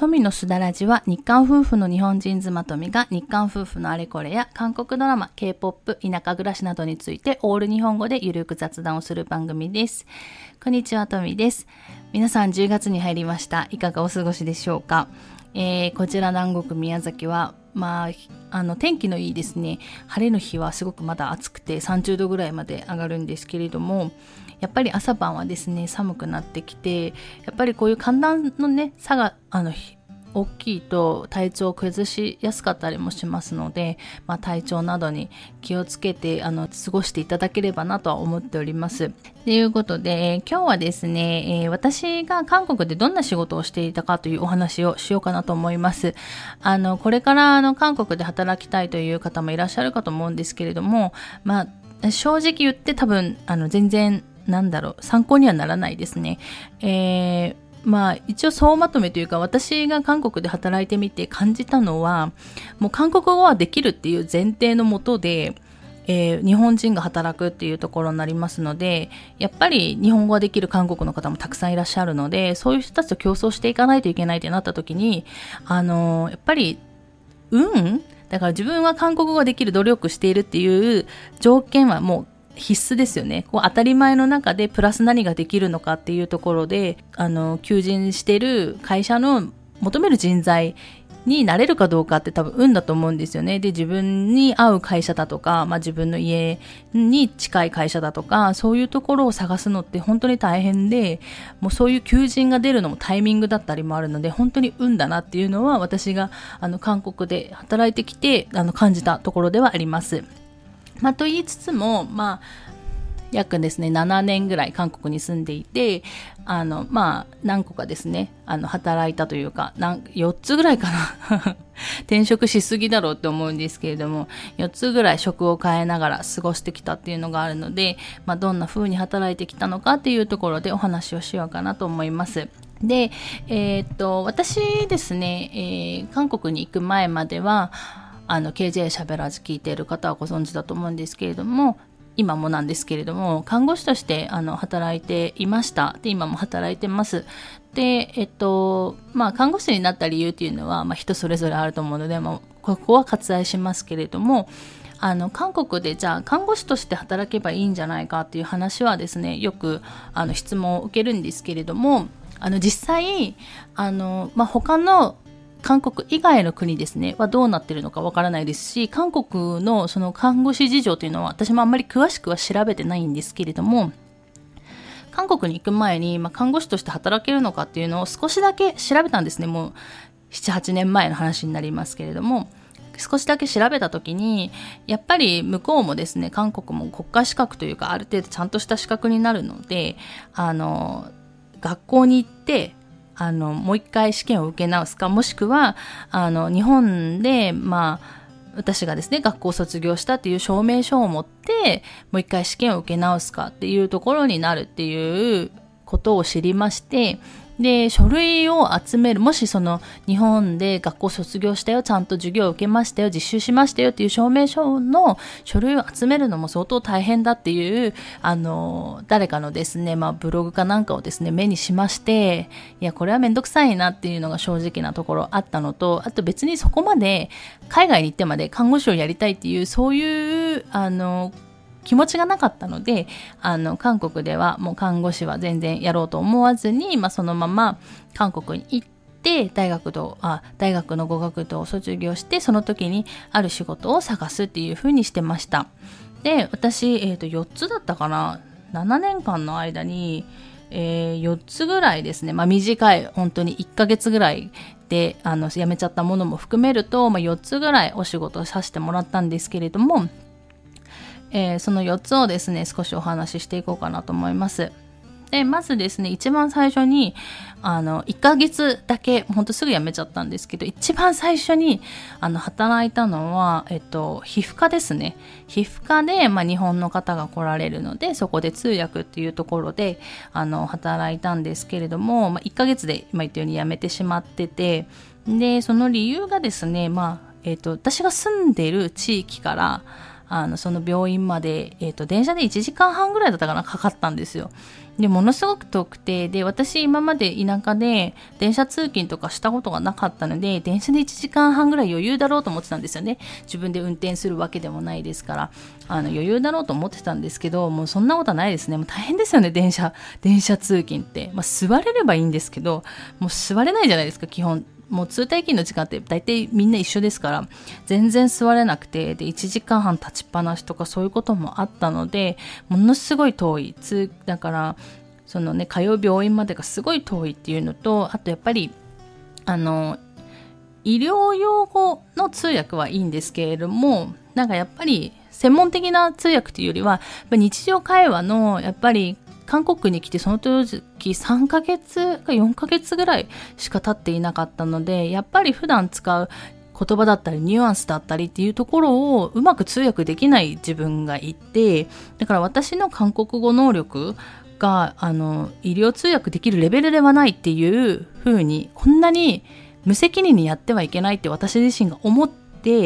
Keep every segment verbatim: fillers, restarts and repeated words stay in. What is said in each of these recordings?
富のすだらじは日韓夫婦の日本人妻富が日韓夫婦のあれこれや韓国ドラマ、K-ポップ、田舎暮らしなどについてオール日本語でゆるく雑談をする番組です。こんにちは、富です。皆さんじゅうがつに入りました。いかがお過ごしでしょうか。えー、こちら南国宮崎はまあ、あの天気のいいですね、晴れの日はすごくまだ暑くてさんじゅうどぐらいまで上がるんですけれども、やっぱり朝晩はですね寒くなってきて、やっぱりこういう寒暖のね差があの大きいと体調を崩しやすかったりもしますので、まあ、体調などに気をつけてあの過ごしていただければなとは思っております。ということで今日はですね、えー、私が韓国でどんな仕事をしていたかというお話をしようかなと思います。あのこれからあの韓国で働きたいという方もいらっしゃるかと思うんですけれども、まあ、正直言って多分あの全然なんだろう参考にはならないですね。えーまあ一応総まとめというか、私が韓国で働いてみて感じたのは、もう韓国語はできるっていう前提のもとで、えー、日本人が働くっていうところになりますので、やっぱり日本語ができる韓国の方もたくさんいらっしゃるので、そういう人たちと競争していかないといけないってなった時に、あのー、やっぱり運だから自分は韓国語ができる努力しているっていう条件はもう必須ですよね。こう当たり前の中でプラス何ができるのかっていうところで、あの求人している会社の求める人材になれるかどうかって多分運だと思うんですよね。で、自分に合う会社だとか、まあ、自分の家に近い会社だとか、そういうところを探すのって本当に大変で、もうそういう求人が出るのもタイミングだったりもあるので、本当に運だなっていうのは私があの韓国で働いてきてあの感じたところではあります。まあ、と言いつつも、まあ、約ですね、ななねんぐらい韓国に住んでいて、あの、まあ、何個かですね、あの、働いたというか、なんよっつぐらいかな。転職しすぎだろうって思うんですけれども、よっつぐらい職を変えながら過ごしてきたっていうのがあるので、まあ、どんな風に働いてきたのかっていうところでお話をしようかなと思います。で、えー、っと、私ですね、えー、韓国に行く前までは、あの ケージェー しゃべらず聞いている方はご存知だと思うんですけれども、今もなんですけれども看護師としてあの働いていました。で今も働いてます。でえっとまあ看護師になった理由っていうのは、まあ、人それぞれあると思うので、まあ、ここは割愛しますけれども、あの韓国でじゃあ看護師として働けばいいんじゃないかっていう話はですね、よくあの質問を受けるんですけれども、あの実際あの、まあ、他の韓国以外の国ですねはどうなってるのかわからないですし、韓国のその看護師事情というのは私もあんまり詳しくは調べてないんですけれども、韓国に行く前に、まあ、看護師として働けるのかっていうのを少しだけ調べたんですね。もうなな、はちねんまえの話になりますけれども、少しだけ調べた時にやっぱり向こうもですね、韓国も国家資格というかある程度ちゃんとした資格になるので、あの学校に行ってあのもう一回試験を受け直すか、もしくはあの日本でまあ私がですね学校を卒業したっていう証明書を持ってもう一回試験を受け直すかっていうところになるっていうことを知りまして、で書類を集める、もしその日本で学校卒業したよ、ちゃんと授業を受けましたよ、実習しましたよっていう証明書の書類を集めるのも相当大変だっていうあの誰かのですね、まあ、ブログかなんかをですね目にしまして、いやこれはめんどくさいなっていうのが正直なところあったのと、あと別にそこまで海外に行ってまで看護師をやりたいっていうそういうあの気持ちがなかったので、あの韓国ではもう看護師は全然やろうと思わずに、まあ、そのまま韓国に行って大学とあ大学の語学堂を卒業して、その時にある仕事を探すっていう風にしてました。で私、えーと、よっつだったかな、ななねんかんの間に、えー、よっつぐらいですね、まあ、短い本当にいっかげつぐらいであの辞めちゃったものも含めると、まあ、よっつぐらいお仕事をさせてもらったんですけれども、えー、そのよっつをですね少しお話ししていこうかなと思います。でまずですね、一番最初にあのいっかげつだけほんとすぐ辞めちゃったんですけど、一番最初にあの働いたのは、えっと、皮膚科ですね。皮膚科で、まあ、日本の方が来られるので、そこで通訳っていうところであの働いたんですけれども、まあ、いっかげつで今言ったように辞めてしまってて、でその理由がですね、まあえっと、私が住んでいる地域からあのその病院まで、えーと、電車でいちじかんはんぐらいだったかなかかったんですよ。 でものすごく遠くて、で私今まで田舎で電車通勤とかしたことがなかったので、電車でいちじかんはんぐらい余裕だろうと思ってたんですよね。自分で運転するわけでもないですから、あの余裕だろうと思ってたんですけど、もうそんなことはないですね。もう大変ですよね、電車電車通勤って。まあ、座れればいいんですけど、もう座れないじゃないですか、基本。もう通退勤の時間って大体みんな一緒ですから、全然座れなくて、でいちじかんはん立ちっぱなしとかそういうこともあったので、ものすごい遠い通だからそのね、通う病院までがすごい遠いっていうのと、あとやっぱりあの医療用語の通訳はいいんですけれども、なんかやっぱり専門的な通訳というよりは、日常会話のやっぱり韓国に来てその当時さんかげつかよんかげつぐらいしか経っていなかったので、やっぱり普段使う言葉だったりニュアンスだったりっていうところをうまく通訳できない自分がいて、だから私の韓国語能力があの医療通訳できるレベルではないっていう風に、こんなに無責任にやってはいけないって私自身が思って、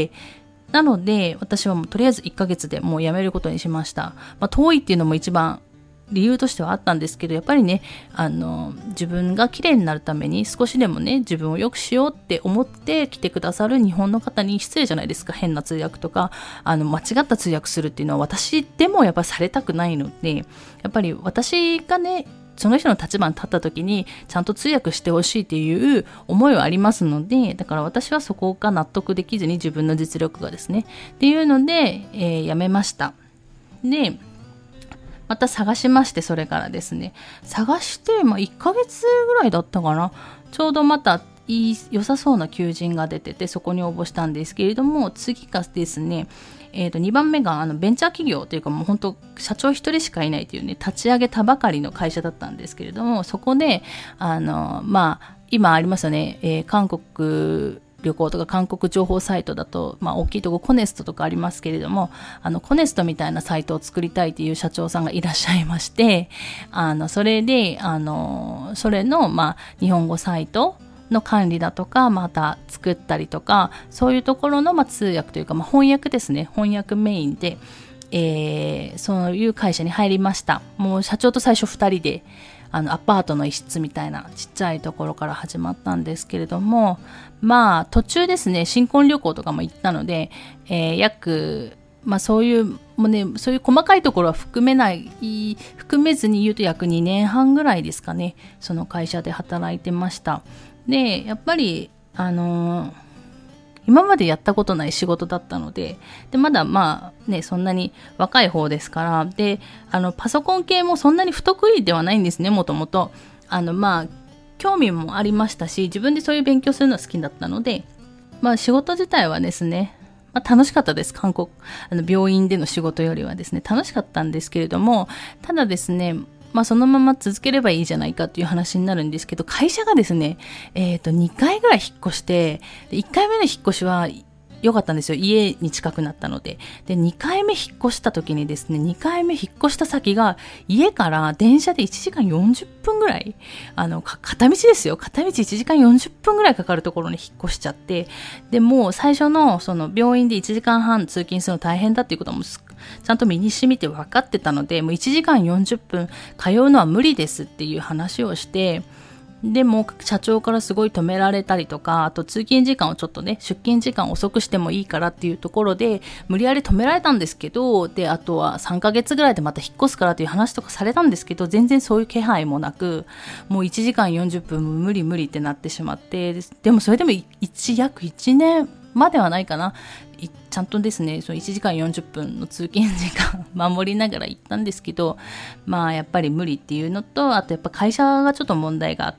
なので私はもうとりあえずいっかげつでもう辞めることにしました。まあ、遠いっていうのも一番理由としてはあったんですけど、やっぱりね、あの自分が綺麗になるために少しでもね、自分を良くしようって思って来てくださる日本の方に失礼じゃないですか。変な通訳とかあの間違った通訳するっていうのは私でもやっぱりされたくないので、やっぱり私がねその人の立場に立った時にちゃんと通訳してほしいっていう思いはありますので、だから私はそこが納得できずに、自分の実力がですねっていうので、えー、辞めました。でまた探しまして、それからですね探して、まあ、いっかげつぐらいだったかな、ちょうどまたいい良さそうな求人が出てて、そこに応募したんですけれども、次がですね、えー、とにばんめがあのベンチャー企業というか、もう本当社長一人しかいないというね、立ち上げたばかりの会社だったんですけれども、そこであのまあ今ありますよね、えー、韓国旅行とか韓国情報サイトだと、まあ、大きいとこコネストとかありますけれども、あのコネストみたいなサイトを作りたいっていう社長さんがいらっしゃいまして、あのそれであのそれの、まあ、日本語サイトの管理だとか、また作ったりとか、そういうところの、まあ、通訳というか、まあ、翻訳ですね、翻訳メインで、えー、そういう会社に入りました。もう社長と最初ふたりで、あのアパートの一室みたいなちっちゃいところから始まったんですけれども、まあ途中ですね、新婚旅行とかも行ったので、えー、約まあそういうもうね、そういう細かいところは含めない含めずに言うと約にねんはんぐらいですかね、その会社で働いてました。でやっぱりあのー今までやったことない仕事だったので、でまだまあね、そんなに若い方ですから、であのパソコン系もそんなに不得意ではないんですね、もともと。あのまあ興味もありましたし、自分でそういう勉強するのは好きだったので、まあ仕事自体はですね、まあ、楽しかったです。韓国あの病院での仕事よりはですね楽しかったんですけれども、ただですね、まあ、そのまま続ければいいじゃないかっていう話になるんですけど、会社がですね、えーと、にかいぐらい引っ越して、いっかいめの引っ越しは良かったんですよ。家に近くなったので。で、にかいめ引っ越した時にですね、にかいめ引っ越した先が家から電車でいちじかんよんじゅっぷんぐらい、あの、片道ですよ。片道いちじかんよんじゅっぷんぐらいかかるところに引っ越しちゃって、で、もう最初のその病院でいちじかんはん通勤するの大変だっていうこともちゃんと身に染みて分かってたので、もういちじかんよんじゅっぷん通うのは無理ですっていう話をして、でも社長からすごい止められたりとか、あと通勤時間をちょっとね、出勤時間遅くしてもいいからっていうところで無理やり止められたんですけど、であとはさんかげつぐらいでまた引っ越すからという話とかされたんですけど、全然そういう気配もなく、もういちじかんよんじゅっぷんも無理無理ってなってしまって、でもそれでも一約いちねんまではないかな、ちゃんとですね、そのいちじかんよんじゅっぷんの通勤時間守りながら行ったんですけど、まあやっぱり無理っていうのと、あとやっぱ会社がちょっと問題があって、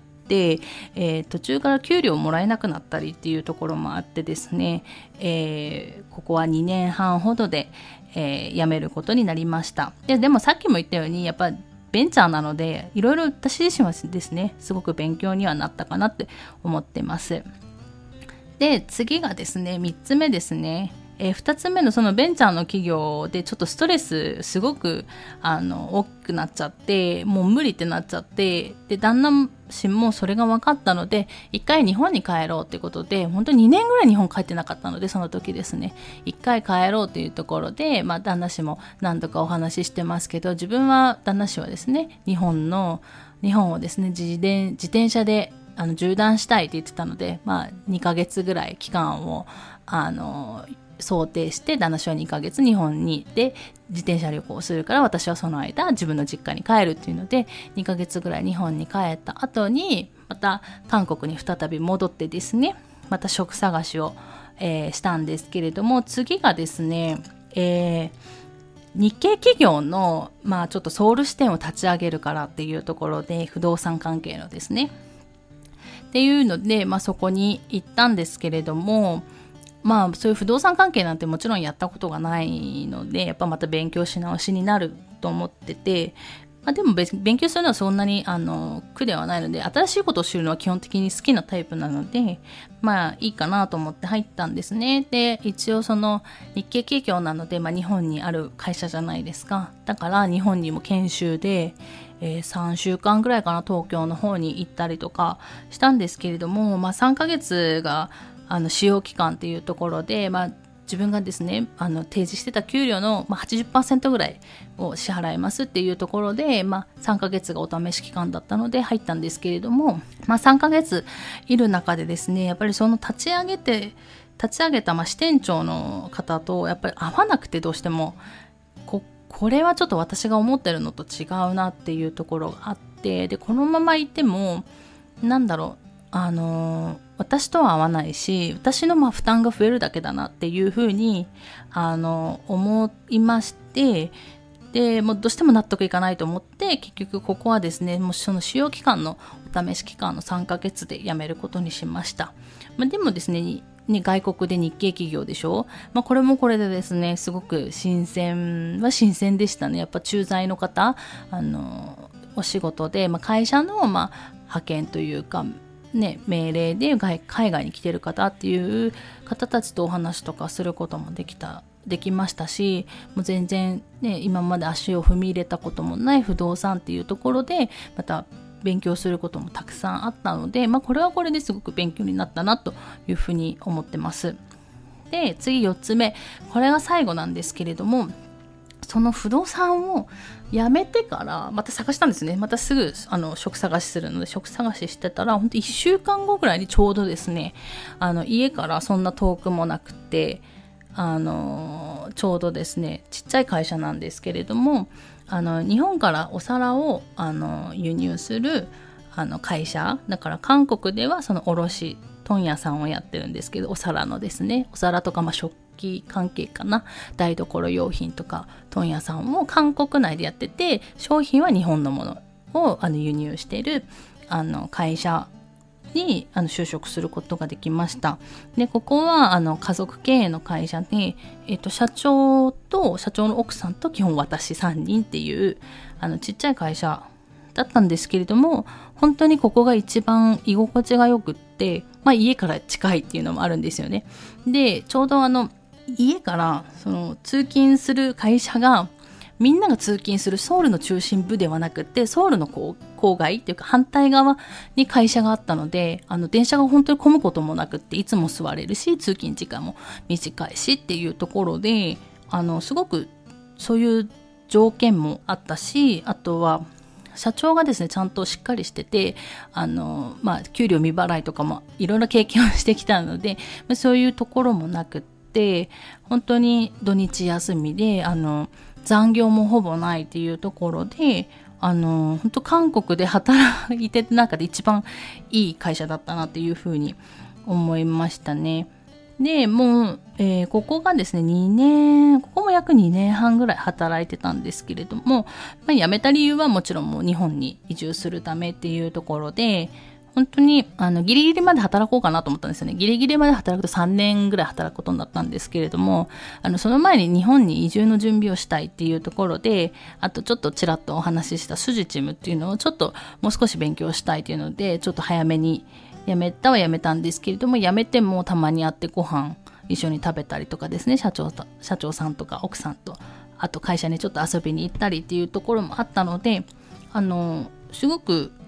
えー、途中から給料もらえなくなったりっていうところもあってですね、えー、ここはにねんはんほどで、えー、辞めることになりました。で、でもさっきも言ったように、やっぱベンチャーなので、いろいろ私自身はですね、すごく勉強にはなったかなって思ってます。で、次がですね、みっつめですね。えー、ふたつめのそのベンチャーの企業でちょっとストレスすごくあの大きくなっちゃって、もう無理ってなっちゃって、で旦那私もそれが分かったので、一回日本に帰ろうということで、本当ににねんぐらい日本帰ってなかったので、その時ですね、一回帰ろうというところで、まあ、旦那氏も何度かお話ししてますけど、自分は、旦那氏はですね、日本の、日本をですね、自転、自転車であの縦断したいって言ってたので、まあ、にかげつぐらい期間を、あの、想定して、旦那氏はにかげつ日本に行って自転車旅行をするから、私はその間自分の実家に帰るっていうので、にかげつぐらい日本に帰った後にまた韓国に再び戻ってですね、また職探しを、えー、したんですけれども、次がですね、えー、日系企業の、まあ、ちょっとソウル支店を立ち上げるからっていうところで、不動産関係のですねっていうので、まあ、そこに行ったんですけれども、まあそういう不動産関係なんてもちろんやったことがないので、やっぱまた勉強し直しになると思ってて、まあ、でも別に勉強するのはそんなにあの苦ではないので、新しいことを知るのは基本的に好きなタイプなので、まあいいかなと思って入ったんですね。で、一応その日系企業なので、まあ、日本にある会社じゃないですか。だから日本にも研修で、えー、さんしゅうかんぐらいかな、東京の方に行ったりとかしたんですけれども、まあさんかげつがあの使用期間っていうところで、まあ、自分がですねあの提示してた給料の、まあ、はちじゅっパーセント ぐらいを支払いますっていうところで、まあ、さんかげつがお試し期間だったので入ったんですけれども、まあ、さんかげついる中でですね、やっぱりその立ち上げて立ち上げた、まあ、支店長の方とやっぱり合わなくて、どうしてもここれはちょっと私が思ってるのと違うなっていうところがあって、でこのままいてもなんだろう、あの私とは合わないし、私のまあ負担が増えるだけだなっていうふうにあの思いまして、でもうどうしても納得いかないと思って、結局ここはですね、もうその使用期間のお試し期間のさんかげつで辞めることにしました。まあ、でもですねね、外国で日系企業でしょ、まあ、これもこれでですねすごく新鮮は新鮮でしたね。やっぱ駐在の方、あのお仕事で、まあ、会社のまあ派遣というかね、命令で海外に来てる方っていう方たちとお話とかすることもできたできましたし、もう全然、ね、今まで足を踏み入れたこともない不動産っていうところでまた勉強することもたくさんあったので、まあ、これはこれですごく勉強になったなというふうに思ってます。で、次よっつめ、これが最後なんですけれども、その不動産を辞めてからまた探したんですね。またすぐあの職探しするので職探ししてたら、本当いっしゅうかんごぐらいにちょうどですね、あの家からそんな遠くもなくて、あのちょうどですねちっちゃい会社なんですけれども、あの日本からお皿をあの輸入するあの会社だから、韓国ではその卸問屋さんをやってるんですけど、お皿のですね、お皿とかまあ食器関係かな、台所用品とか問屋さんを韓国内でやってて、商品は日本のものをあの輸入しているあの会社にあの就職することができました。で、ここはあの家族経営の会社で、えっと、社長と社長の奥さんと基本私さんにんっていうあのちっちゃい会社だったんですけれども、本当にここが一番居心地がよくって、まあ、家から近いっていうのもあるんですよね。で、ちょうどあの家からその通勤する会社が、みんなが通勤するソウルの中心部ではなくて、ソウルの郊外っていうか反対側に会社があったので、あの電車が本当に混むこともなくって、いつも座れるし、通勤時間も短いしっていうところで、あのすごくそういう条件もあったし、あとは社長がですねちゃんとしっかりしてて、あの、まあ、給料未払いとかもいろんな経験をしてきたので、そういうところもなくって、本当に土日休みで、あの残業もほぼないっていうところで、あの本当韓国で働いてる中で一番いい会社だったなっていうふうに思いましたね。でもう、えー、ここがですねにねん、ここも約にねんはんぐらい働いてたんですけれども、まあ、辞めた理由はもちろんもう日本に移住するためっていうところで、本当にあのギリギリまで働こうかなと思ったんですよね。ギリギリまで働くとさんねんぐらい働くことになったんですけれども、あのその前に日本に移住の準備をしたいっていうところで、あとちょっとちらっとお話ししたスジチムっていうのをちょっともう少し勉強したいっていうので、ちょっと早めに辞めたは辞めたんですけれども、辞めてもたまに会ってご飯一緒に食べたりとかですね、社長と社長さんとか奥さんと、あと会社にちょっと遊びに行ったりっていうところもあったので、あのすごく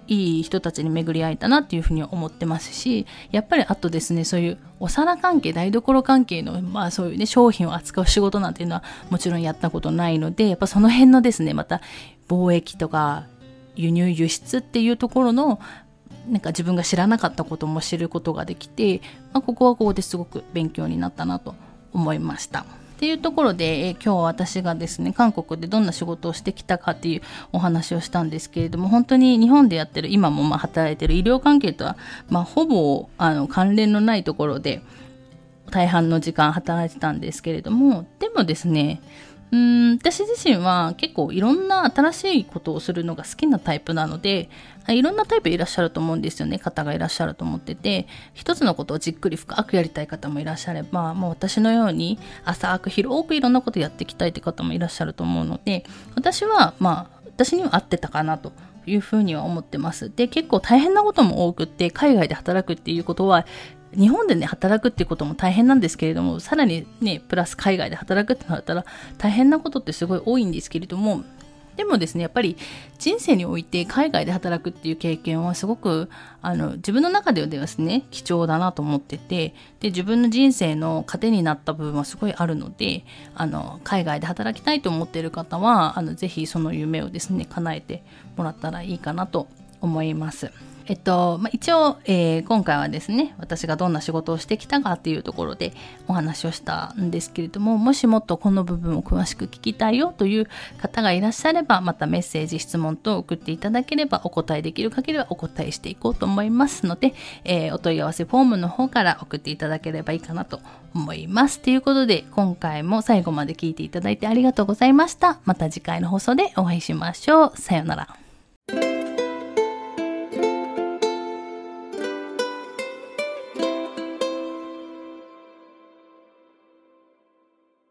いい人たちに巡り会えたなっていうふうに思ってますし、やっぱりあとですね、そういうお皿関係、台所関係の、まあそういうね、商品を扱う仕事なんていうのはもちろんやったことないので、やっぱその辺のですね、また貿易とか輸入輸出っていうところのなんか自分が知らなかったことも知ることができて、まあ、ここはここですごく勉強になったなと思いました。っていうところで、え今日私がですね、韓国でどんな仕事をしてきたかっていうお話をしたんですけれども、本当に日本でやってる、今もまあ働いてる医療関係とは、まあ、ほぼあの関連のないところで大半の時間働いてたんですけれども、でもですね、うーん私自身は結構いろんな新しいことをするのが好きなタイプなので、いろんなタイプいらっしゃると思うんですよね。方がいらっしゃると思ってて、一つのことをじっくり深くやりたい方もいらっしゃれば、もう私のように浅く広くいろんなことやっていきたいって方もいらっしゃると思うので、私はまあ私には合ってたかなというふうには思ってます。で、結構大変なことも多くって、海外で働くっていうことは日本でね、働くっていうことも大変なんですけれども、さらにね、プラス海外で働くってなったら大変なことってすごい多いんですけれども、でもですね、やっぱり人生において海外で働くっていう経験はすごくあの自分の中ではですね、貴重だなと思ってて、で自分の人生の糧になった部分はすごいあるので、あの海外で働きたいと思っている方はあのぜひその夢をですね、叶えてもらったらいいかなと思います。えっと、まあ、一応、えー、今回はですね、私がどんな仕事をしてきたかっていうところでお話をしたんですけれども、もしもっとこの部分を詳しく聞きたいよという方がいらっしゃれば、またメッセージ、質問等を送っていただければ、お答えできる限りはお答えしていこうと思いますので、えー、お問い合わせフォームの方から送っていただければいいかなと思います。ということで、今回も最後まで聞いていただいてありがとうございました。また次回の放送でお会いしましょう。さようなら。